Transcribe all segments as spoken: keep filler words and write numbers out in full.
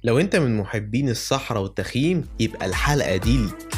لو انت من محبين الصحراء والتخييم يبقى الحلقة دي ليك.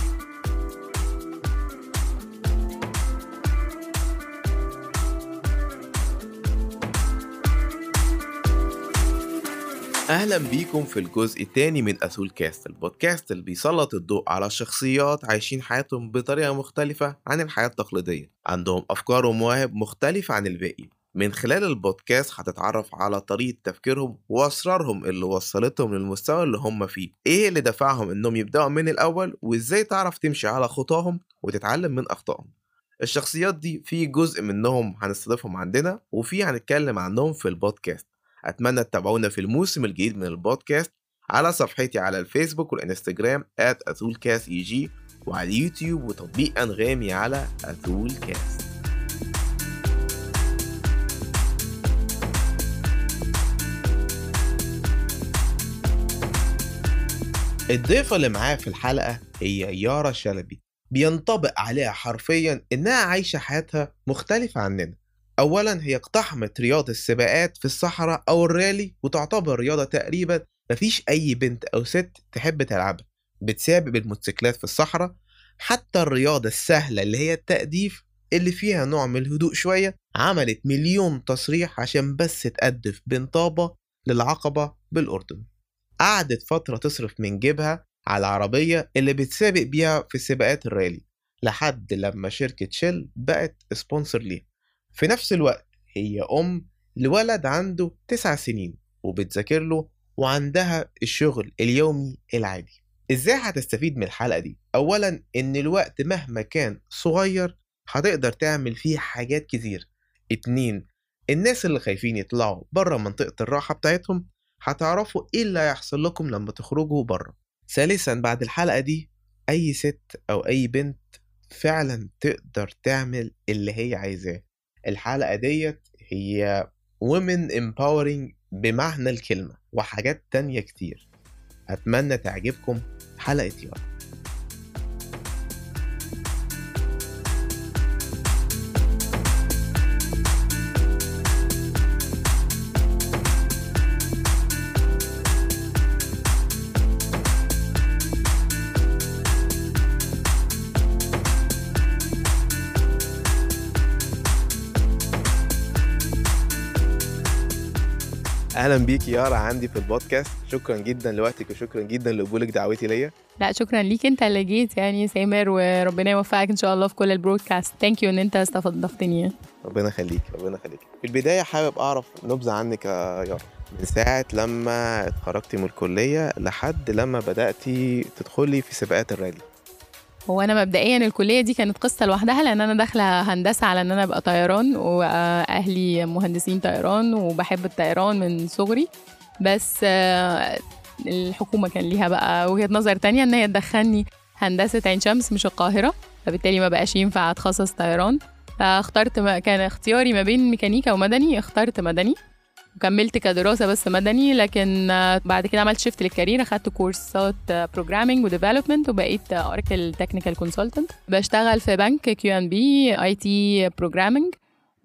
اهلا بيكم في الجزء الثاني من اثول كاست، البودكاست اللي بيسلط الضوء على شخصيات عايشين حياتهم بطريقة مختلفة عن الحياة التقليدية، عندهم افكار ومواهب مختلفة عن الباقي. من خلال البودكاست هتتعرف على طريقة تفكيرهم واسرارهم اللي وصلتهم للمستوى اللي هم فيه، ايه اللي دفعهم انهم يبدأوا من الاول، وازاي تعرف تمشي على خطاهم وتتعلم من اخطائهم. الشخصيات دي في جزء منهم هنستضيفهم عندنا وفي هنتكلم عنهم في البودكاست. أتمنى تتابعونا في الموسم الجديد من البودكاست على صفحتي على الفيسبوك والإنستجرام آت أثول كاست إي جي، وعلى اليوتيوب وتطبيق أنغامي على أثول كاست. الضيفة اللي معايا في الحلقة هي يارا شلبي، بينطبق عليها حرفيا إنها عايشة حياتها مختلفة عننا. أولا هي اقتحمت رياضة السباقات في الصحراء أو الرالي، وتعتبر رياضة تقريبا مفيش أي بنت أو ست تحب تلعبها. بتسابق بالموتوسيكلات في الصحراء. حتى الرياضة السهلة اللي هي التأديف اللي فيها نوع من الهدوء شوية عملت مليون تصريح عشان بس تأدف بين طابة للعقبة بالأردن. قعدت فترة تصرف من جيبها على العربية اللي بتسابق بيها في سباقات الرالي، لحد لما شركة شيل بقت سبونسر ليها. في نفس الوقت هي أم لولد عنده تسع سنين وبتذاكر له، وعندها الشغل اليومي العادي. إزاي هتستفيد من الحلقة دي؟ أولا إن الوقت مهما كان صغير هتقدر تعمل فيه حاجات كتير. اتنين، الناس اللي خايفين يطلعوا برا منطقة الراحة بتاعتهم هتعرفوا إيه اللي هيحصل لكم لما تخرجوا برا. ثالثا، بعد الحلقة دي أي ست أو أي بنت فعلا تقدر تعمل اللي هي عايزاه. الحلقة ديت هي women empowering بمعنى الكلمة، وحاجات تانية كتير. أتمنى تعجبكم حلقة يارا. اهلا بيك يارا عندي في البودكاست. شكرا جدا لوقتك وشكرا جدا لقبولك دعوتي ليا. لا شكرا ليك انت اللي جيت يعني سامر، وربنا يوفقك ان شاء الله في كل البرودكاست. ثانك يو ان انت استضفتني. ربنا يخليك ربنا يخليك. في البدايه حابب اعرف نبذه عنك يا يارا، من ساعه لما اتخرجتي من الكليه لحد لما بداتي تدخلي في سباقات الرالي. هو انا مبدئيا الكليه دي كانت قصه لوحدها، لان انا داخله هندسه على ان انا ابقى طيران، واهلي مهندسين طيران وبحب الطيران من صغري. بس الحكومه كان ليها بقى وجهه نظر تانية ان هي تدخلني هندسه عين شمس مش القاهره، فبالتالي ما بقاش ينفع اتخصص طيران. فاخترت ما كان اختياري ما بين ميكانيكا ومدني، اخترت مدني وكملت كدراسة بس مدني. لكن بعد كده عملت شيفت للكارير، أخدت كورسات بروجرامينج وديفلوبمنت، وبقيت أوراكل تكنيكال كونسلتنت. بشتغل في بنك كيو ان بي اي تي بروجرامينج،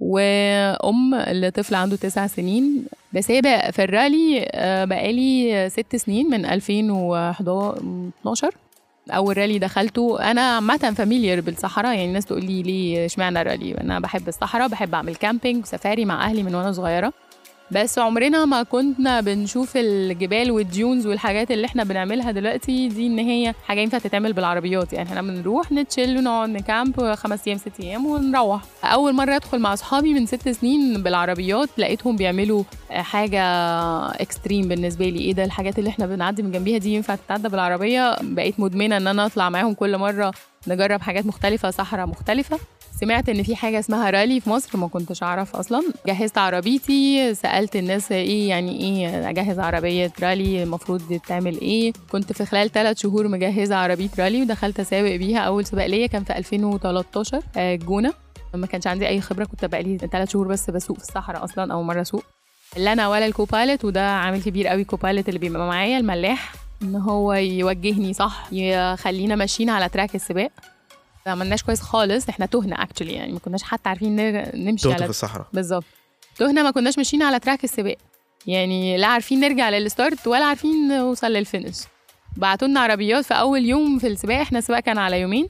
وأم لطفل عنده تسع سنين. بسابق في الرالي بقالي ست سنين من ألفين واثناشر. أول رالي دخلته أنا عامة فاميليير بالصحراء، يعني الناس تقول لي ليه اشمعنى رالي؟ أنا بحب الصحراء، بحب أعمل كامبينج وسفاري مع أهلي من وأنا صغيرة، بس عمرنا ما كنا بنشوف الجبال والديونز والحاجات اللي احنا بنعملها دلوقتي دي ان هي حاجه ينفع تتعمل بالعربيات. يعني احنا بنروح نتشيل ونقعد نكامب خمس ايام ست ايام ونروح. اول مره ادخل مع اصحابي من ست سنين بالعربيات، لقيتهم بيعملوا حاجه اكستريم بالنسبه لي. ايه ده الحاجات اللي احنا بنعدي من جنبيها دي ينفع تتعدى بالعربيه؟ بقيت مدمنه ان انا اطلع معاهم كل مره نجرب حاجات مختلفه، صحراء مختلفه. سمعت ان في حاجه اسمها رالي في مصر، ما كنتش اعرف اصلا. جهزت عربيتي، سالت الناس ايه يعني ايه اجهز عربيه رالي، المفروض تعمل ايه. كنت في خلال ثلاث شهور مجهزه عربيه رالي ودخلت اسابق بيها. اول سباق ليا كان في ألفين وتلتاشر الجونه. ما كانش عندي اي خبره، كنت بقالي ثلاث شهور بس بسوق في الصحراء اصلا، اول مره اسوق. لا انا ولا الكوبايلوت، وده عامل كبير قوي. الكوبايلوت اللي بيبقى معايا الملاح ان هو يوجهني صح، يخلينا ماشيين على تراك السباق. ما عملناش كويس خالص، احنا تهنا اكشلي، يعني ما كناش حتى عارفين نمشي على في الصحراء. بالظبط تهنا، ما كناش ماشيين على تراك السباق. يعني لا عارفين نرجع للستارت ولا عارفين نوصل للفينش. بعتوا لنا عربيات في اول يوم في السباق، احنا السباق كان على يومين،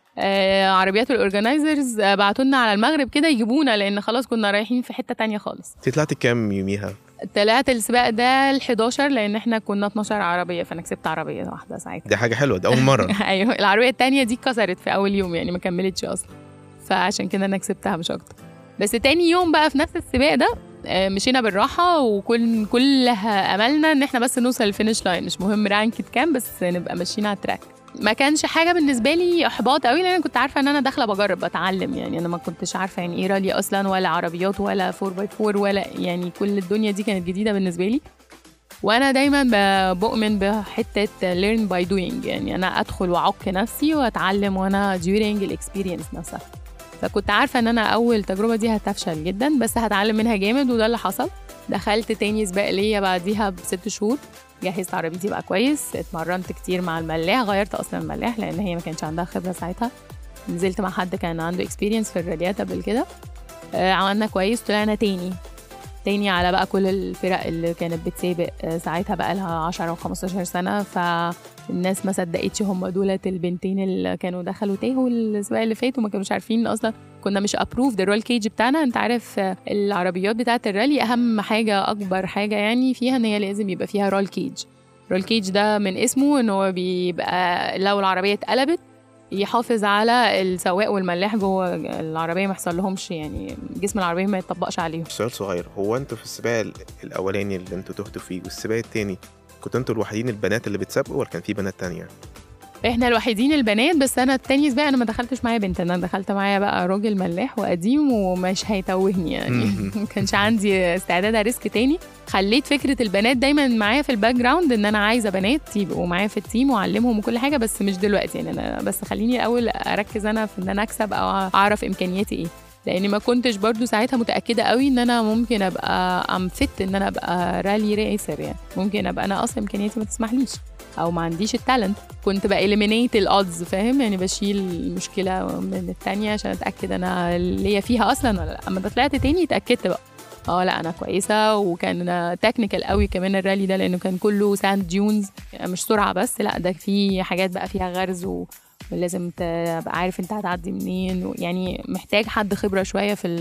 آه عربيات الاورجنايزرز آه بعتوا لنا على المغرب كده يجيبونا، لان خلاص كنا رايحين في حته تانية خالص. انت طلعتي كام يوميها؟ طلعت السباق ده الحداشر، لان احنا كنا اتناشر عربيه، فانا كسبت عربيه واحده ساعتها. دي حاجه حلوه، ده اول مره. ايوه، العربيه التانية دي اتكسرت في اول يوم، يعني ما كملتش اصلا، فعشان كده انا كسبتها مش اكتر. بس تاني يوم بقى في نفس السباق ده مشينا بالراحه، وكل كل املنا ان احنا بس نوصل الفينش لاين، مش مهم رانكت كام، بس نبقى ماشيين على التراك. ما كانش حاجه بالنسبه لي احباط قوي، لان انا كنت عارفه ان انا داخله بجرب بتعلم، يعني انا ما كنتش عارفه يعني ايه رالي اصلا، ولا عربيات، ولا فور باي فور، ولا يعني كل الدنيا دي كانت جديده بالنسبه لي. وانا دايما بؤمن بحته learn by doing، يعني انا ادخل واعك نفسي واتعلم وانا during الاكسبيرينس نفسها. فكنت عارفه ان انا اول تجربه دي هتفشل جدا، بس هتعلم منها جامد، وده اللي حصل. دخلت تاني سباق ليا بعديها بست شهور، جهزت عربيتي بقى كويس، اتمرنت كتير مع الملاح، غيرت اصلا الملاح لان هي ما كانش عندها خبره ساعتها. نزلت مع حد كان عنده اكسبيرينس في الراليات قبل كده، آه عملنا كويس، طلعنا تاني تاني على بقى كل الفرق اللي كانت بتسابق ساعتها بقى لها عشرة وخمستاشر سنة. فالناس ما صدقتش هم دولت البنتين اللي كانوا دخلوا تاهوا السباق اللي فات، وما كانوش عارفين اصلا، كنا مش ابروف الرول كيج بتاعنا. انت عارف العربيات بتاعه الرالي اهم حاجة اكبر حاجة يعني فيها ان هي لازم يبقى فيها رول كيج. رول كيج ده من اسمه ان هو بيبقى لو العربية اتقلبت يحافظ على السواق والملاح جوه العربيه، ما يحصل لهمش يعني جسم العربيه ما يتطبقش عليهم. سؤال صغير، هو انتوا في السباق الاولاني اللي انتوا تهتوا فيه والسباق التاني كنتوا انتوا الوحيدين البنات اللي بتسابقوا، ولا كان في بنات تانية؟ احنا الوحيدين البنات، بس انا التاني سباق انا ما دخلتش معايا بنت، انا دخلت معايا بقى راجل ملاح وقديم ومش هيتوهني يعني. ما كانش عندي استعداد اريسك تاني. خليت فكره البنات دايما معايا في الباك جراوند، ان انا عايزه بنات يبقوا معايا في التيم واعلمهم وكل حاجه، بس مش دلوقتي يعني. انا بس خليني الاول اركز انا في ان انا اكسب او اعرف امكانياتي ايه، لاني ما كنتش برضو ساعتها متاكده قوي ان انا ممكن ابقى ام فت ان انا ابقى رالي ريسر، يعني ممكن ابقى انا اصلا امكانياتي ما تسمحليش او ما عنديش التالنت. كنت بإليمينيت الأودز، فاهم يعني، بشيل المشكله من الثانيه عشان اتاكد انا ليا فيها اصلا ولا لا. اما طلعت تاني اتاكدت بقى اه لا انا كويسه، وكان تكنيكال قوي كمان الرالي ده، لانه كان كله ساند ديونز، مش سرعه بس، لا ده في حاجات بقى فيها غرز و ولازم تبقى عارف انت هتعدي منين، يعني محتاج حد خبره شويه في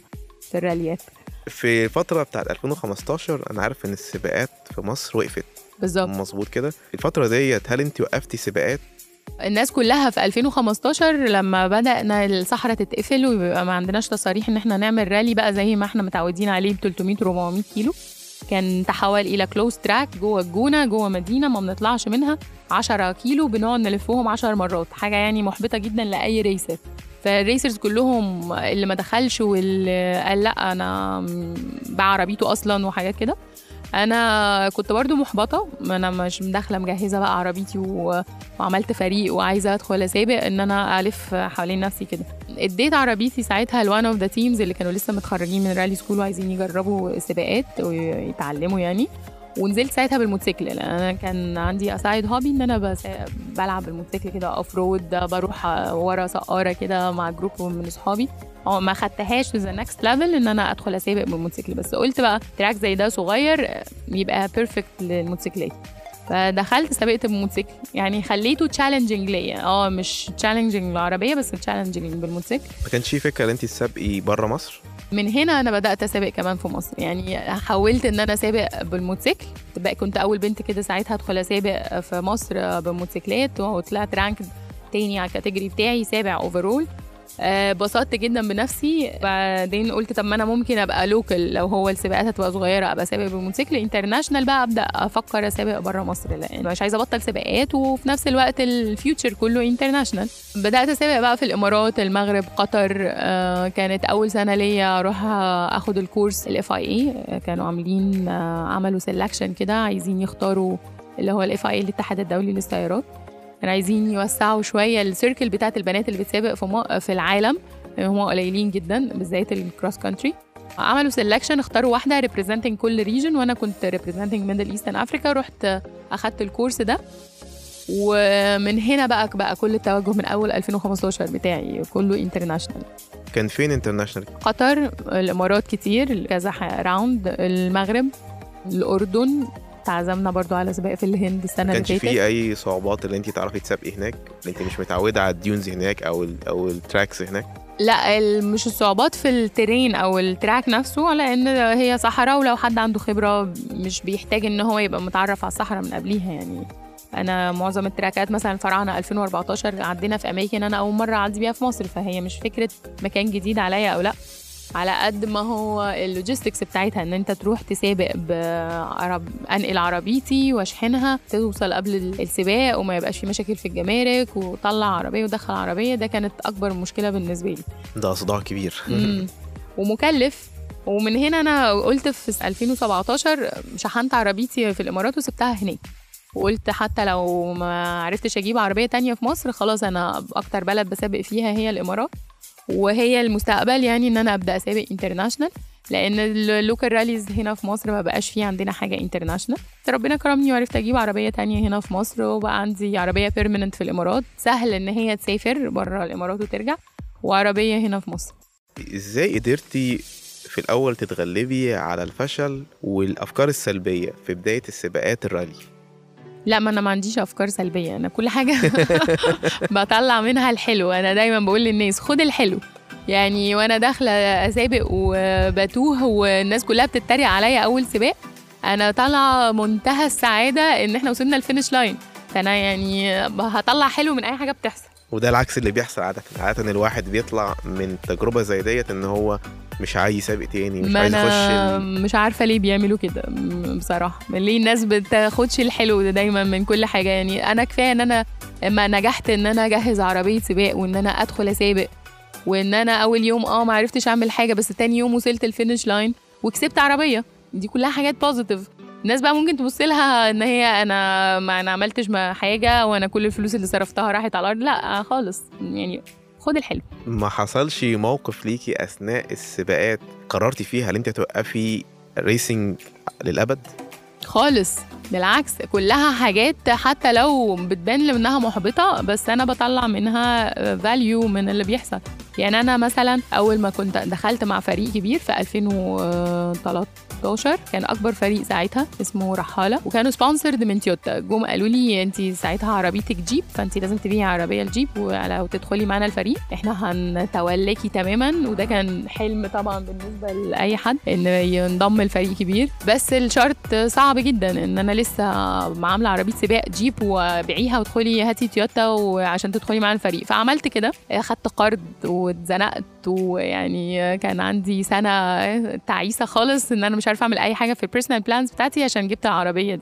في الراليات. في الفتره بتاعت ألفين وخمستاشر انا عارف ان السباقات في مصر وقفت. بالظبط، مظبوط كده. الفتره ديت هل انت وقفتي سباقات؟ الناس كلها في ألفين وخمستاشر لما بدأنا الصحراء تتقفل ويبقى ما عندناش تصاريح ان احنا نعمل رالي بقى زي ما احنا متعودين عليه ب ثلاثمية أربعمية كيلو، كان تحول الى كلوز تراك جوه الجونه جوه مدينه ما بنطلعش منها، عشرة كيلو بنقعد نلفهم عشر مرات، حاجه يعني محبطه جدا لاي ريسر. فالريسرز كلهم اللي ما دخلش واللي قال لا انا بعربيته اصلا وحاجات كده، انا كنت برضو محبطه، انا مش داخله مجهزه بقى عربيتي وعملت فريق وعايزه ادخل اسابق ان انا الف حوالين نفسي كده. اديت عربيتي ساعتها لوان اوف ذا تيمز اللي كانوا لسه متخرجين من رالي سكول وعايزين يجربوا سباقات ويتعلموا يعني، ونزلت ساعتها بالموتوسيكل، لان انا كان عندي اسايد هوبي ان انا بس بلعب بالموتوسيكل كده اوف رود، بروح ورا سقاره كده مع جروب من اصحابي، او ما خدتهاش to the next level ان انا ادخل اسابق بالموتوسيكل، بس قلت بقى تراك زي ده صغير يبقى بيرفكت للموتوسيكلات، فدخلت سابقت بالموتوسيكل، يعني خليته تشالنجينج ليا، اه مش تشالنجينج للعربيه بس تشالنجينج بالموتوسيكل. ما كانش في فكره ان انت تسابقي بره مصر؟ من هنا انا بدات اسابق كمان في مصر، يعني حاولت ان انا اسابق بالموتوسيكل، بقى كنت اول بنت كده ساعتها ادخل اسابق في مصر بالموتوسيكلات، وطلعت رانك تاني على الكاتيجوري بتاعي، سابع اوفرول. بسطت جدا بنفسي. بعدين قلت طب ما انا ممكن ابقى لوكال، لو هو السباقات هتبقى صغيره ابقى سابق بالموتوسيكل، انترناشونال بقى ابدا افكر اسابق بره مصر، لان مش عايزه ابطل سباقات وفي نفس الوقت الفيوتشر كله انترناشونال. بدات اسابق بقى في الامارات، المغرب، قطر. آه كانت اول سنه ليا اروح اخد الكورس الاف اي اي، كانوا عاملين آه عملوا سيلكشن كده، عايزين يختاروا اللي هو الاف اي الاتحاد الدولي للسيارات، كانوا عايزين يوسعوا شويه السيركل بتاعه البنات اللي بتسابق في في العالم، هم قليلين جدا بالذات الكروس كانتري. عملوا سيلكشن، اختاروا واحده ريبريزنتنج كل ريجن، وانا كنت ريبريزنتنج ميدل ايسترن افريكا، رحت اخدت الكورس ده، ومن هنا بقى بقى كل التوجه من اول ألفين وخمستاشر بتاعي كله انترناشونال. كان فين انترناشونال؟ قطر، الامارات كتير كذا راوند، المغرب، الأردن، تعزمنا برضو على سباق في الهند السنة اللي كانش فاتت. في اي صعوبات اللي انت تعرفي تسابقي هناك، اللي انت مش متعوده على الديونز هناك او ال او التراكس هناك؟ لا ال- مش الصعوبات في الترين او التراك نفسه، لان هي صحراء، ولو حد عنده خبره مش بيحتاج ان هو يبقى متعرف على الصحراء من قبليها. يعني انا معظم التراكات مثلا الفراعنه ألفين وأربعتاشر عدينا في اماكن انا اول مره اعدي بيها في مصر، فهي مش فكره مكان جديد عليا او لا، على قد ما هو اللوجيستكس بتاعتها ان انت تروح تسابق بعرب، انقل عربيتي واشحنها توصل قبل السباق وما يبقاش في مشاكل في الجمارك، وطلع عربيه ودخل عربيه. ده كانت اكبر مشكله بالنسبه لي. ده صداع كبير. مم. ومكلف. ومن هنا انا قلت في ألفين وسبعتاشر شحنت عربيتي في الامارات وسبتها هناك، وقلت حتى لو ما عرفتش اجيب عربيه تانية في مصر خلاص انا اكتر بلد بسابق فيها هي الامارات، وهي المستقبل يعني ان انا ابدا اسابق انترناشنال، لان اللوكال راليز هنا في مصر ما بقاش فيه عندنا حاجه انترناشنال. ربنا كرمني وعرفت اجيب عربيه تانية هنا في مصر، وبقى عندي عربيه بيرمننت في الامارات، سهل ان هي تسافر بره الامارات وترجع، وعربيه هنا في مصر. ازاي قدرتي في الاول تتغلبي على الفشل والافكار السلبيه في بدايه السباقات الرالي؟ لا، ما انا ما عنديش افكار سلبيه، انا كل حاجه بطلع منها الحلو. انا دايما بقول للناس خد الحلو، يعني وانا داخله اسابق وبتوه والناس كلها بتتريق عليا اول سباق، انا طالعه منتهى السعاده ان احنا وصلنا الفينش لاين، فانا يعني هطلع حلو من اي حاجه بتحصل. وده العكس اللي بيحصل عاده عاده الواحد بيطلع من تجربه زي ديت ان هو مش عايز يسابق تاني، مش عايز يخش ال... مش عارفه ليه بيعملوا كده بصراحه، ليه الناس بتاخدش الحلو ده دايما من كل حاجه. يعني انا كفايه ان انا ما نجحت ان انا اجهز عربيه سباق وان انا ادخل اسابق، وان انا اول يوم اه ما عرفتش اعمل حاجه، بس تاني يوم وصلت الفينش لاين وكسبت عربيه. دي كلها حاجات بوزيتيف. الناس بقى ممكن تبص لها ان هي انا ما انا عملتش ما حاجه وانا كل الفلوس اللي صرفتها راحت على الارض، لا خالص، يعني خد الحلو. ما حصلش موقف ليكي اثناء السباقات قررتي فيها ان انت توقفي ريسنج للابد؟ خالص، بالعكس، كلها حاجات حتى لو بتبان منها محبطة بس أنا بطلع منها فاليو من اللي بيحصل. يعني أنا مثلا أول ما كنت دخلت مع فريق كبير في ألفين وتلتاشر، كان أكبر فريق ساعتها اسمه رحالة، وكانوا سبونسرد من تويوتا. جم قالوا لي أنت ساعتها عربيتك جيب، فأنت لازم تبيعي عربية الجيب ولو تدخلي معنا الفريق إحنا هنتولاكي تماما. وده كان حلم طبعا بالنسبة لأي حد إن ينضم الفريق كبير، بس الشرط صعب جدا ان انا لسه عامله عربيه سباق جيب وبيعيها وادخلي هاتي تويوتا وعشان تدخلي مع الفريق. فعملت كده، خدت قرض واتزنقت، ويعني كان عندي سنه تعيسه خالص ان انا مش عارفه اعمل اي حاجه في البيرسونال بلانز بتاعتي عشان جبت العربيه دي.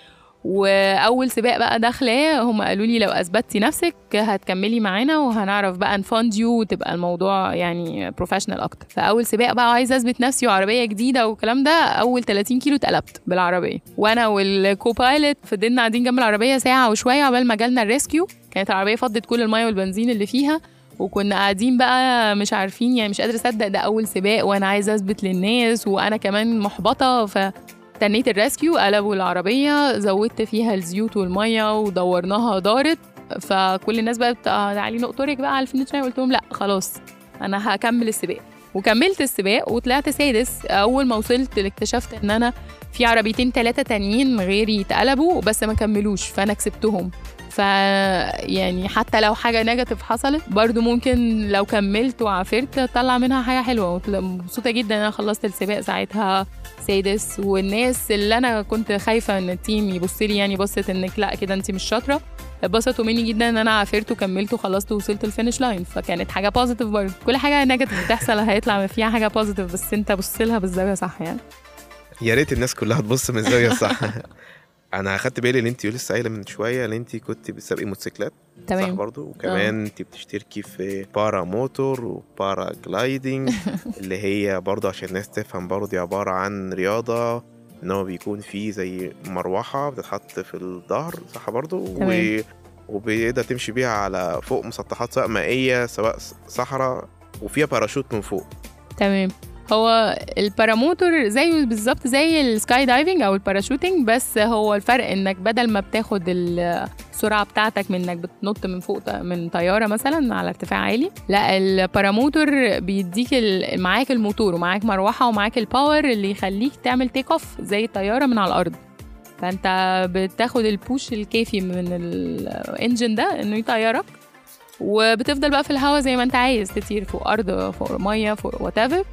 واول سباق بقى داخله هم قالوا لي لو اثبتتي نفسك هتكملي معانا وهنعرف بقى نفاند يو وتبقى الموضوع يعني بروفيشنال اكتر. فاول سباق بقى عايزه اثبت نفسي وعربيه جديده والكلام ده، اول ثلاثين كيلو اتقلبت بالعربيه، وانا والكوبايلوت فضلنا قاعدين جنب العربيه ساعه وشويه عقبال ما جالنا الريسكيو. كانت العربيه فضت كل الميه والبنزين اللي فيها، وكنا قاعدين بقى مش عارفين، يعني مش قادره اصدق ده اول سباق وانا عايزه اثبت للناس وانا كمان محبطه. ف تنيت الريسكيو، قلبوا العربية، زودت فيها الزيوت والمية ودورناها دارت. فكل الناس بقى تعالي نقطرك بقى على الفينش لاين، قلت لهم لا خلاص انا هكمل السباق. وكملت السباق وطلعت سادس. اول ما وصلت اكتشفت ان انا في عربيتين ثلاثة تانيين غيري اتقلبوا بس ما كملوش، فانا كسبتهم. ف يعني حتى لو حاجه نيجاتيف حصلت برضو ممكن لو كملت وعافرت اطلع منها حاجه حلوه. مبسوطه جدا ان انا خلصت السباق ساعتها سادس، والناس اللي انا كنت خايفه ان التيم يبص لي يعني بصت انك لا كده انت مش شاطره، اتبسطوا مني جدا ان انا عافرت وكملت وخلصت ووصلت الفينش لاين. فكانت حاجه بوزيتيف برضه. كل حاجه نيجاتيف بتحصل هيطلع فيها حاجه بوزيتيف، بس انت بص لها بالزاويه صح. يعني يا ريت الناس كلها تبص من الزاويه الصح. انا اخدت بالي ان انت لسه قايله من شويه ان انت كنت بتسابقي موتوسيكلات، تمام؟ صح برضو. وكمان انت بتشتركي في بارا موتور وبارا جلايدنج اللي هي برضو عشان الناس تفهم برضو دي عباره عن رياضه ان هو بيكون فيه زي مروحه بتتحط في الظهر، صح برضو، و... وبيقدر تمشي بيها على فوق مسطحات سواء مائيه سواء صحراء، وفيها باراشوت من فوق. تمام. هو الباراموتور زيه بالظبط زي السكاي دايفنج او الباراشوتنج، بس هو الفرق انك بدل ما بتاخد السرعه بتاعتك من انك بتنط من فوق من طياره مثلا على ارتفاع عالي، لا الباراموتور بيديك معاك الموتور ومعاك مروحه ومعاك الباور اللي يخليك تعمل تيك اوف زي الطياره من على الارض. فانت بتاخد البوش الكافي من الانجن ده انه يطيرك، وبتفضل بقى في الهواء زي ما انت عايز، تطير فوق ارض فوق ميه فوق واتيفر،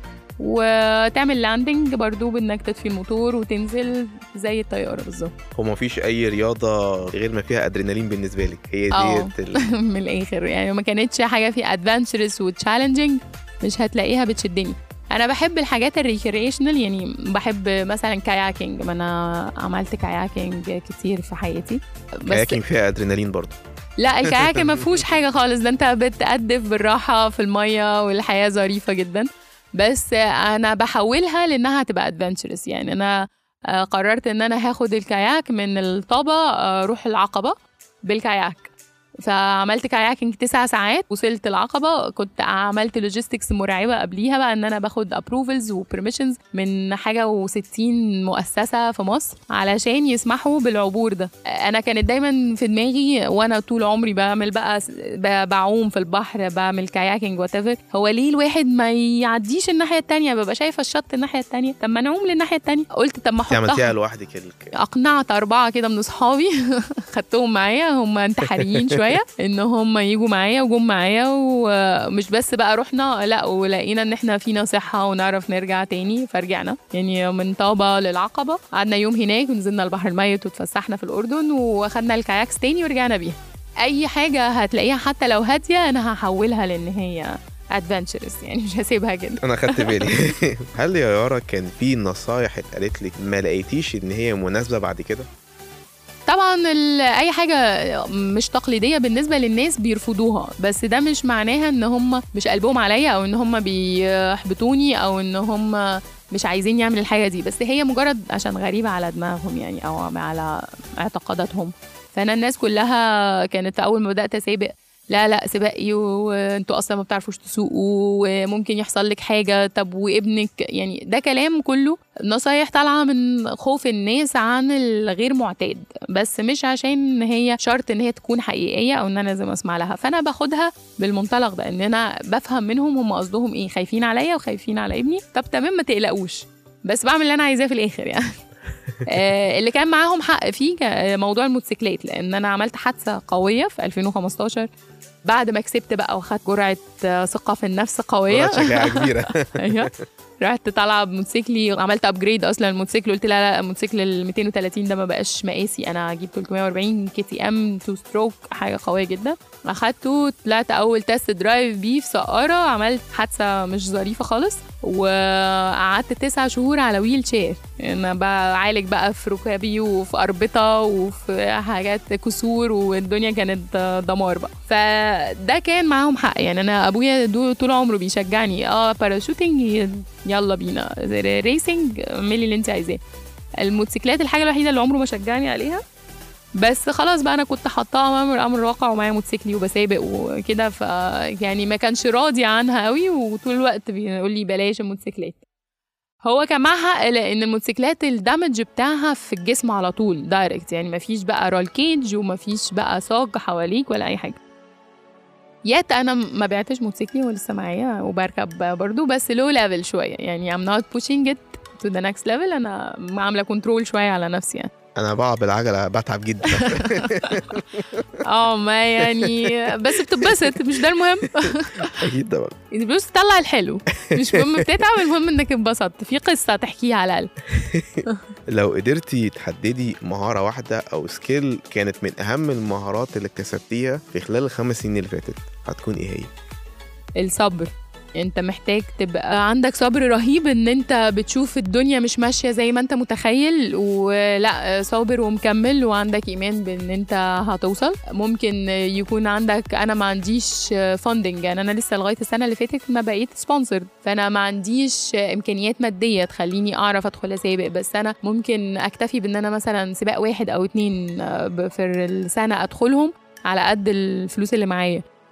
وتعمل لاندنج برضو بانك تطفي الموتور وتنزل زي الطياره بالظبط. هو مفيش اي رياضه غير ما فيها ادرينالين بالنسبه لك؟ هي دي ال... من الاخر يعني ما كانتش حاجه في ادفنتشرس وتشالنجينج مش هتلاقيها بتشدني. انا بحب الحاجات الريكريشنال، يعني بحب مثلا كاياكينج، ما انا عملت كاياكينج كتير في حياتي. بس كاياكينج فيها ادرينالين برضو؟ لا الكاياكينج ما فيهوش حاجه خالص، ده انت بتقدف بالراحه في الميه والحياه ظريفه جدا، بس انا بحولها لانها تبقى ادفنتشرس. يعني انا قررت ان انا هاخد الكاياك من الطابة اروح العقبة بالكاياك، فعملت كاياكينج تسع ساعات، وصلت العقبة. كنت عملت لوجيستكس مرعبة قبليها بقى، ان انا باخد ابروفلز وبرميشنز من حاجة وستين مؤسسة في مصر علشان يسمحوا بالعبور ده. انا كانت دايما في دماغي وانا طول عمري بعمل بقى بعوم في البحر، بعمل كاياكينج واتيفر، هو ليه الواحد ما يعديش الناحية التانية؟ ببقى شايفة الشط الناحية التانية، طب ما نعوم للناحية التانية. قلت طب ما احطها. عملتيها لوحدك؟ اقنعت اربعة كده من اصحابي خدتهم معايا، هم انتحاريين شوية ان هم يجوا معايا، وجم معايا، ومش بس بقى رحنا، لا ولقينا ان احنا فينا صحة ونعرف نرجع تاني، فرجعنا يعني من طابة للعقبة. قعدنا يوم هناك ونزلنا البحر الميت وتفسحنا في الأردن، واخدنا الكاياكس تاني ورجعنا بيها. اي حاجة هتلاقيها حتى لو هادية انا هحولها لان هي ادفنتشرس، يعني مش هسيبها كده. انا خدت بالي. هل يا يارا كان في نصايح اتقالت لك ما لقيتيش ان هي مناسبة بعد كده؟ طبعا اي حاجه مش تقليديه بالنسبه للناس بيرفضوها، بس ده مش معناها ان هم مش قلبهم عليا او ان هم بيحبطوني او ان هم مش عايزين يعمل الحاجه دي، بس هي مجرد عشان غريبه على دماغهم يعني او على اعتقاداتهم. فانا الناس كلها كانت في اول ما بدات اسابق لا لا سباقي وانتوا اصلا ما بتعرفوش تسوقوا وممكن يحصل لك حاجه، طب وابنك، يعني ده كلام كله نصايح طالعه من خوف الناس عن الغير معتاد، بس مش عشان هي شرط ان هي تكون حقيقيه او ان انا لازم اسمع لها. فانا باخدها بالمنطلق ده، ان انا بفهم منهم هم قصدهم ايه، خايفين عليا وخايفين على ابني، طب تمام ما تقلقوش، بس بعمل اللي انا عايزاه في الاخر يعني. اللي كان معاهم حق فيه موضوع الموتوسيكلات، لان انا عملت حادثه قويه في ألفين وخمستاشر بعد ما كسبت بقى وخدت جرعه ثقه في النفس قويه. جرعه شجاعه كبيره. ايوه رحت طالعه بموتوسيكلي وعملت ابجريد اصلا الموتوسيكل، قلت لا لا الموتوسيكل ال مئتين وثلاثين ده ما بقاش مقاسي، انا اجيب ثلاثمية وأربعين كي تي ام تو ستروك، حاجه قويه جدا. اخدته طلعت اول تيست درايف بيه في سقاره، عملت حادثه مش ظريفه خالص، وقعدت تسعة شهور على ويل شير، انا بعالج بقى في ركابي وفي اربطه وفي حاجات كسور، والدنيا كانت دمار بقى. فده كان معاهم حق يعني. انا ابويا طول عمره بيشجعني، اه باراشوتنج يلا بينا، ريسنج اعملي اللي انت عايزاه. الموتوسيكلات الحاجه الوحيده اللي عمره ما شجعني عليها، بس خلاص بقى انا كنت حاطاها امام الامر الواقع ومعايا موتوسيكلي وبسابق وكده، ف يعني ما كانش راضي عنها قوي، وطول الوقت بيقول لي بلاش الموتوسيكلات. هو كان معاه حق، لان الموتوسيكلات الدمج بتاعها في الجسم على طول دايركت، يعني ما فيش بقى رول كيج وما فيش بقى صاج حواليك ولا اي حاجه. يات انا ما بعتش موتوسيكلي ولسه معايا وبركب برضو، بس لو ليفل شويه يعني I'm not pushing it to the next level، انا عامله كنترول شويه على نفسي يعني. انا بقى بالعجله بتعب جدا. اه ما يعني بس بتتبسط، مش ده المهم. اكيد طبعا بس تطلع الحلو، مش مهم بتتعب، المهم انك انبسطت في قصه تحكيها على الاقل. لو قدرتي تحددي مهاره واحده او سكيل كانت من اهم المهارات اللي اكتسبتيها في خلال الخمس سنين اللي فاتت، هتكون ايه هي؟ الصبر. انت محتاج تبقى عندك صبر رهيب، ان انت بتشوف الدنيا مش ماشية زي ما انت متخيل، ولا صابر ومكمل وعندك ايمان بان انت هتوصل. ممكن يكون عندك، انا ما عنديش فاندنج يعني، انا لسه لغاية السنة اللي فاتت ما بقيت سبونسر، فانا ما عنديش امكانيات مادية تخليني اعرف ادخل اسابق، بس انا ممكن اكتفي بان انا مثلا سباق واحد او اتنين في السنة ادخلهم على قد الفلوس اللي معايا.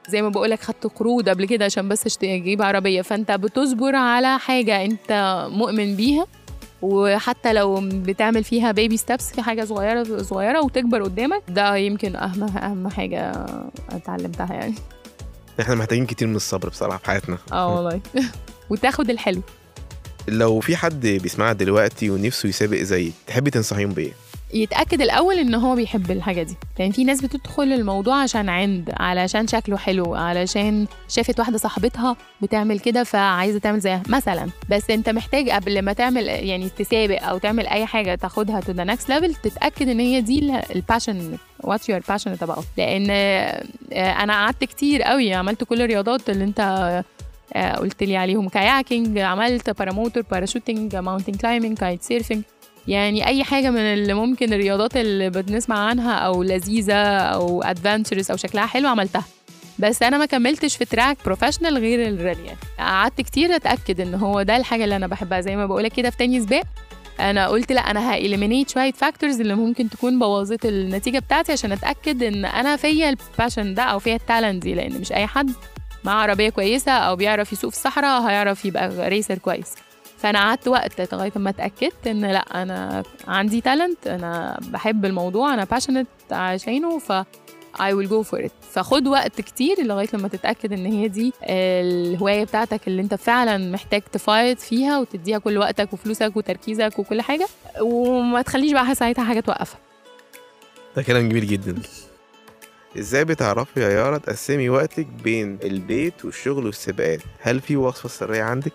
زي ما بقولك خدت قروض قبل كده عشان بس تجيب عربية، فانت بتصبر على حاجة انت مؤمن بيها، وحتى لو بتعمل فيها بيبي ستابس في حاجة صغيرة صغيرة وتكبر قدامك، ده يمكن أهم أهم حاجة اتعلمتها يعني. احنا محتاجين كتير من الصبر بصراحة في حياتنا. اه والله. وتاخد الحلو. لو في حد بيسمعها دلوقتي ونفسه يسابق زيك، تحبي تنصحيهم بإيه؟ يتأكد الأول إن هو بيحب الحاجة دي، لأن يعني في ناس بتدخل الموضوع عشان عند، علشان شكله حلو، علشان شافت واحدة صاحبتها بتعمل كده فعايزة تعمل زيها مثلا. بس أنت محتاج قبل ما تعمل يعني تسابق أو تعمل أي حاجة تاخدها to the next level، تتأكد إن هي دي الباشن what you are passionate about. لأن أنا قعدت كتير قوي عملت كل الرياضات اللي أنت قلت لي عليهم، كاياكينج، عملت باراموتور، باراشوتينج، ماونتين كلايمينج، كايت سيرفينج، يعني اي حاجه من اللي ممكن الرياضات اللي بنسمع عنها او لذيذه او ادفنتشرز او شكلها حلو عملتها. بس انا ما كملتش في تراك بروفيشنال غير الرالي. يعني قعدت كتير اتاكد ان هو ده الحاجه اللي انا بحبها. زي ما بقولك كده في تاني سباق انا قلت لا، انا هإليمينيت شويه فاكتورز اللي ممكن تكون بوظت النتيجه بتاعتي عشان اتاكد ان انا فيا الباشن ده او فيا التالنت دي، لان مش اي حد مع عربيه كويسه او بيعرف يسوق في الصحراء هيعرف يبقى ريسر كويس. فانا قعدت وقت لغايه ما اتاكدت ان لا، انا عندي تالنت، انا بحب الموضوع، انا باشنت عشانه، ف I will go for it. فخد وقت كتير لغايه لما تتاكد ان هي دي الهوايه بتاعتك اللي انت فعلا محتاج تفايت فيها وتديها كل وقتك وفلوسك وتركيزك وكل حاجه، وما تخليش بقى ساعتها حاجه توقفها. ده كلام جميل جدا. ازاي بتعرفي يا يارا تقسمي وقتك بين البيت والشغل والسباقات؟ هل في وصفه سريه عندك؟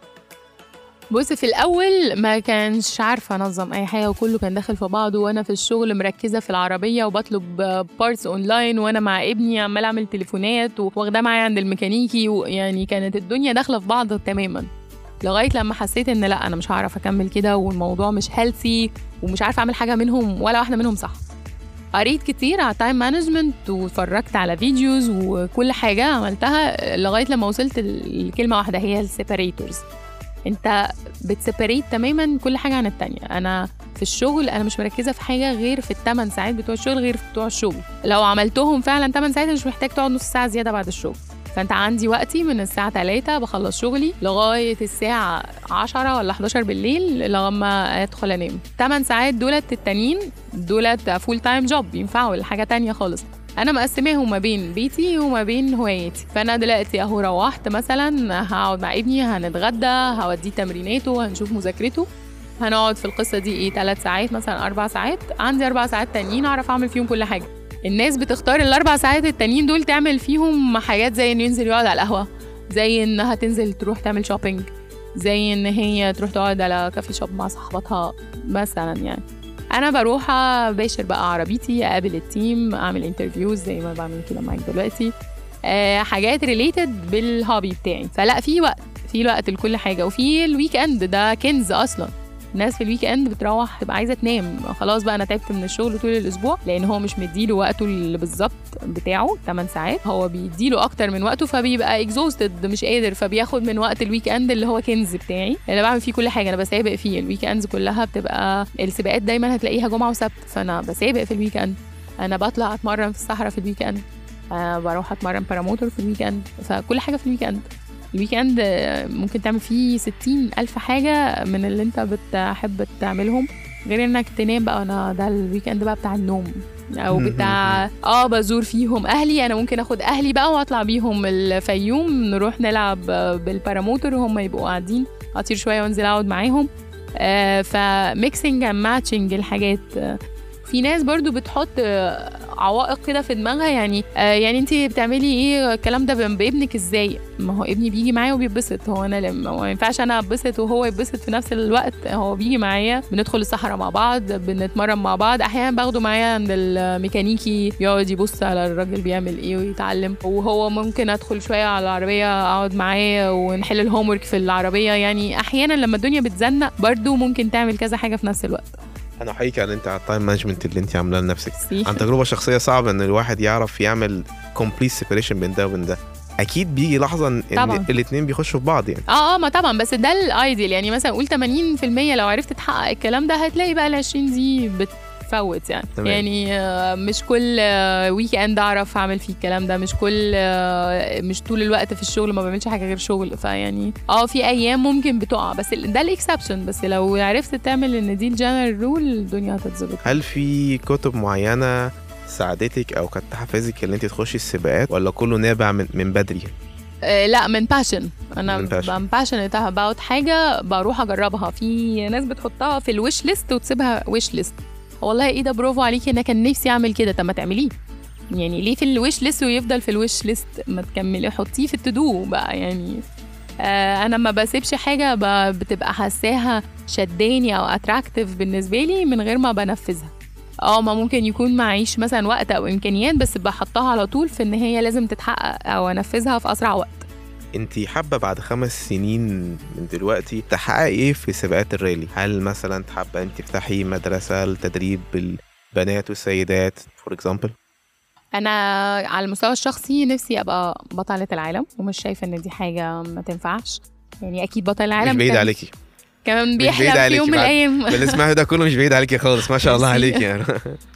بص، في الأول ما كانش عارفة أنظم أي حاجة وكله كان داخل في بعضه، وأنا في الشغل مركزة في العربية وبطلب بارتس أونلاين، وأنا مع ابني عمال أعمل تليفونات واخداه معايا عند الميكانيكي، ويعني كانت الدنيا داخلة في بعض تماما، لغاية لما حسيت إن لأ، أنا مش هعرف أكمل كده والموضوع مش هيلثي ومش عارفة أعمل حاجة منهم ولا واحدة منهم صح. قريت كتير على تايم مانجمنت واتفرجت على فيديوز وكل حاجة عملتها لغاية لما وصلت لكلمة واحدة، هي السيباريتورز. انت بتسيبريت تماما كل حاجه عن التانية. انا في الشغل انا مش مركزه في حاجه غير في الثمان ساعات بتوع الشغل غير في بتوع الشغل. لو عملتهم فعلا ثمان ساعات مش محتاج تقعد نص ساعه زياده بعد الشغل. فانت عندي وقتي من الساعه ثلاثة بخلص شغلي لغايه الساعه عشرة ولا حداشر بالليل لما ادخل انام. ثمان ساعات دولت التانيين دولت فول تايم جوب ينفعوا لحاجه تانية خالص. انا مقسماهم ما بين بيتي وما بين هوايتي. فانا دلوقتي اهو روحت مثلا هقعد مع ابني، هنتغدى، هوديه تمريناته، هنشوف مذاكرته، هنقعد في القصه دي ايه ثلاث ساعات مثلا اربع ساعات. عندي اربع ساعات تانيين اعرف اعمل فيهم كل حاجه. الناس بتختار الاربع ساعات التانيين دول تعمل فيهم حاجات زي انه ينزل يقعد على القهوه، زي انها تنزل تروح تعمل شوبينج، زي ان هي تروح تقعد على كافي شوب مع صاحباتها مثلا. يعني انا بروح باشر بقى عربيتي، اقابل التيم، اعمل انترفيوز زي ما بعمل كده معاك دلوقتي، أه حاجات ريليتد بالهوبي بتاعي. فلا في وقت في الوقت لكل حاجه. وفي الويك اند ده كنز اصلا. الناس في الويك اند بتروح تبقى عايزه تنام، خلاص بقى انا تعبت من الشغل طول الاسبوع، لان هو مش مديله وقته اللي بالظبط بتاعه ثمان ساعات، هو بيديله اكتر من وقته فبيبقى اكزوستد مش قادر، فبياخد من وقت الويك اند اللي هو كنز بتاعي اللي بعمل فيه كل حاجه. انا بسابق فيه. الويك اندز كلها بتبقى السباقات دايما هتلاقيها جمعه وسبت، فانا بسابق في الويك اند. انا بطلع اتمرن في الصحراء في الويك اند، أه بروح اتمرن باراموتور في الويك اند، فكل حاجه في الويك اند. الويك اند ممكن تعمل فيه ستين ألف حاجة من اللي انت بتحب تعملهم، غير انك تنام بقى. انا ده الويك اند بقى بتاع النوم او بتاع اه بزور فيهم اهلي. انا ممكن اخد اهلي بقى واطلع بيهم الفيوم، نروح نلعب بالباراموتور وهم يبقوا قاعدين، اطير شوية وانزل اقعد معاهم. آه فميكسينج اند ماتشنج الحاجات. في ناس برضو بتحط عوائق كده في دماغها، يعني آه يعني انت بتعملي ايه الكلام ده بابنك ازاي؟ ما هو ابني بيجي معايا وبيتبسط، هو انا لما ما ينفعش انا اتبسط وهو يتبسط في نفس الوقت؟ هو بيجي معايا، بندخل الصحراء مع بعض، بنتمرن مع بعض، احيانا باخده معايا عند الميكانيكي يقعد يبص على الراجل بيعمل ايه ويتعلم، وهو ممكن ادخل شويه على العربيه اقعد معاه ونحل الهوم ورك في العربيه. يعني احيانا لما الدنيا بتزنق برضو ممكن تعمل كذا حاجه في نفس الوقت. انا احييك على انت على التايم مانجمنت اللي انت عاملاه لنفسك، عن تجربه شخصيه صعبه ان الواحد يعرف يعمل كومبليت سيبريشن بين ده وبين ده. اكيد بيجي لحظه ان الاثنين بيخشوا في بعض يعني. اه اه ما طبعا، بس ده الايديال. يعني مثلا قول ثمانين بالمية لو عرفت تحقق الكلام ده، هتلاقي بقى ال عشرين دي بيفوت يعني تمام. يعني آه، مش كل ويك اند اعرف اعمل فيه الكلام ده، مش كل آه، مش طول الوقت في الشغل ما بعملش حاجه غير شغل. فيعني اه في ايام ممكن بتقع، بس ده الاكسبشن. بس لو عرفت تعمل ان دي الجنرال رول الدنيا هتتظبط. هل في كتب معينة ساعدتك او كانت تحفزك ان انت تخشي السباقات، ولا كله نابع من من بدري؟ آه لا، من باشن. انا من passion. بام باشنت اباوت حاجه بروح اجربها. في ناس بتحطها في الويش ليست وتسيبها ويش ليست. والله ايه ده، برافو عليكي، انا كان نفسي اعمل كده. طب ما تعمليه يعني، ليه في الويش ليست ويفضل في الويش ليست؟ ما تكملي، حطيه في التدو بقى يعني. آه انا ما بسيبش حاجه ب- بتبقى حاساها شداني او اتراكتيف بالنسبه لي من غير ما بنفذها. اه ما ممكن يكون معيش مثلا وقت او امكانيات، بس بحطها على طول في ان هي لازم تتحقق او انفذها في اسرع وقت. انت حابة بعد خمس سنين من دلوقتي تحققي ايه في سباقات الرالي؟ هل مثلا حابة انت تفتحي مدرسة لتدريب البنات والسيدات فور اكزامبل؟ انا على المستوى الشخصي نفسي ابقى بطلة العالم، ومش شايفه ان دي حاجه ما تنفعش يعني. اكيد بطل العالم مش بعيد كان- عليكي، كمان مش بيحلم بعيد في عليكي يوم من بعد- الايام. بالنسبة ده كله مش بعيد عليكي خالص، ما شاء الله ميرسي. عليكي يعني.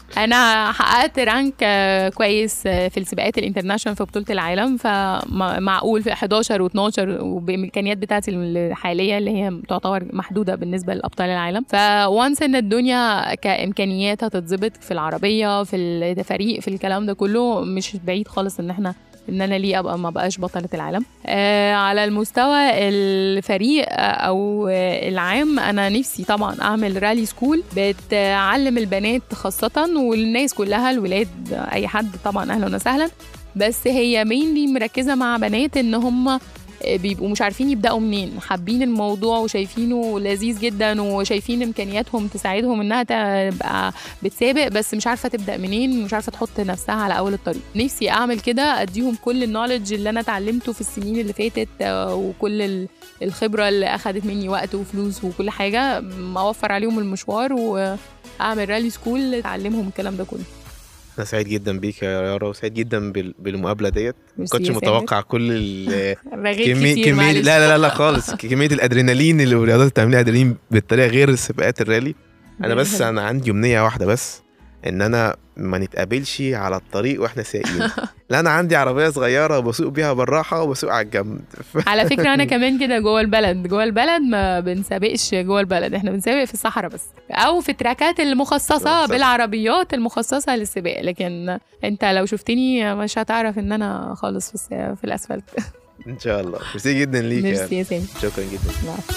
انا حققت رانك آه، كويس آه، في السباقات الانترناشونال في بطوله العالم، فمعقول في حداشر و12 وبالامكانيات بتاعتي الحاليه اللي هي تعتبر محدوده بالنسبه لابطال العالم. فوانس ان الدنيا كامكانيات هتتظبط في العربيه في الفريق في الكلام ده كله، مش بعيد خالص ان احنا ان انا ليه ابقى ما بقاش بطله العالم. آه على المستوى الفريق او آه العام، انا نفسي طبعا اعمل رالي سكول بتعلم البنات خاصه والناس كلها، الولاد اي حد طبعا اهلا وسهلا، بس هي مينلي مركزه مع بنات ان هم بيبقوا مش عارفين يبداوا منين، حابين الموضوع وشايفينه لذيذ جدا وشايفين امكانياتهم تساعدهم انها تبقى بتسابق، بس مش عارفه تبدا منين، مش عارفه تحط نفسها على اول الطريق. نفسي اعمل كده، اديهم كل النوليدج اللي انا اتعلمته في السنين اللي فاتت وكل الخبره اللي اخذت مني وقت وفلوس وكل حاجه، اوفر عليهم المشوار واعمل رالي سكول تعلمهم الكلام ده كله. انا سعيد جدا بيك يا يارا، وسعيد جدا بال- بالمقابله ديت. ما ميرسي كنتش يا متوقع كل ال رغيت كمية كتير كمية معلش. لا لا لا لا خالص كمية الادرينالين اللي الرياضات بتعملها ادرينالين بالطريقه غير سباقات الرالي. انا بس انا عندي امنيه واحده بس، ان انا ما نتقابلش على الطريق واحنا سايقين. لا انا عندي عربيه صغيره وبسوق بيها بالراحه وبسوق على الجنب. على فكره انا كمان كده جوه البلد، جوه البلد ما بنسابقش جوه البلد، احنا بنسابق في الصحراء بس، او في التراكات المخصصه مخصصة. بالعربيات المخصصه للسباق. لكن انت لو شفتني مش هتعرف ان انا خالص في, الس- في الاسفلت. ان شاء الله. ميرسي جدا ليك. ميرسي يا سامي. شكرا جدا. العفو.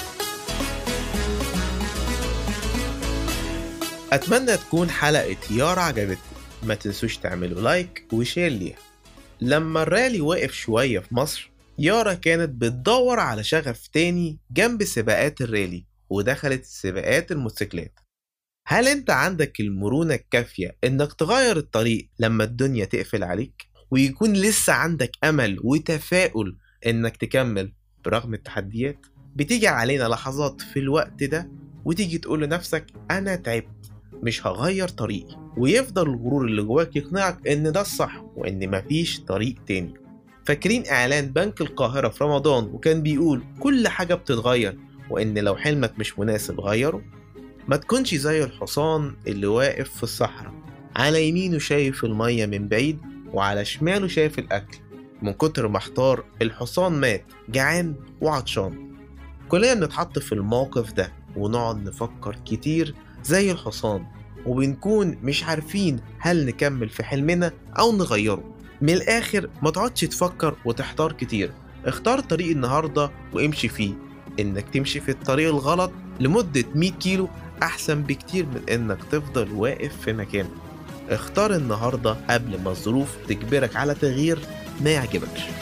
أتمنى تكون حلقة يارا عجبتكم. ما تنسوش تعملوا لايك وشير ليها. لما الرالي وقف شوية في مصر، يارا كانت بتدور على شغف تاني جنب سباقات الرالي، ودخلت سباقات الموتوسيكلات. هل انت عندك المرونة الكافية انك تغير الطريق لما الدنيا تقفل عليك، ويكون لسه عندك أمل وتفاؤل انك تكمل برغم التحديات؟ بتيجي علينا لحظات في الوقت ده وتيجي تقول لنفسك أنا تعبت مش هغير طريقي، ويفضل الغرور اللي جواك يقنعك ان ده الصح وان مفيش طريق تاني. فاكرين اعلان بنك القاهرة في رمضان وكان بيقول كل حاجة بتتغير، وان لو حلمك مش مناسب غيره؟ ما تكونش زي الحصان اللي واقف في الصحراء، على يمينه شايف المية من بعيد وعلى شماله شايف الاكل. من كتر ما احتار الحصان مات جعان وعطشان. كلنا بنتحط في الموقف ده ونقعد نفكر كتير زي الحصان، وبنكون مش عارفين هل نكمل في حلمنا أو نغيره. من الآخر ما تقعدش تفكر وتحتار كتير، اختار طريق النهاردة وامشي فيه. إنك تمشي في الطريق الغلط لمدة مية كيلو أحسن بكتير من إنك تفضل واقف في مكانك. اختار النهاردة قبل ما الظروف تجبرك على تغيير ما يعجبكش.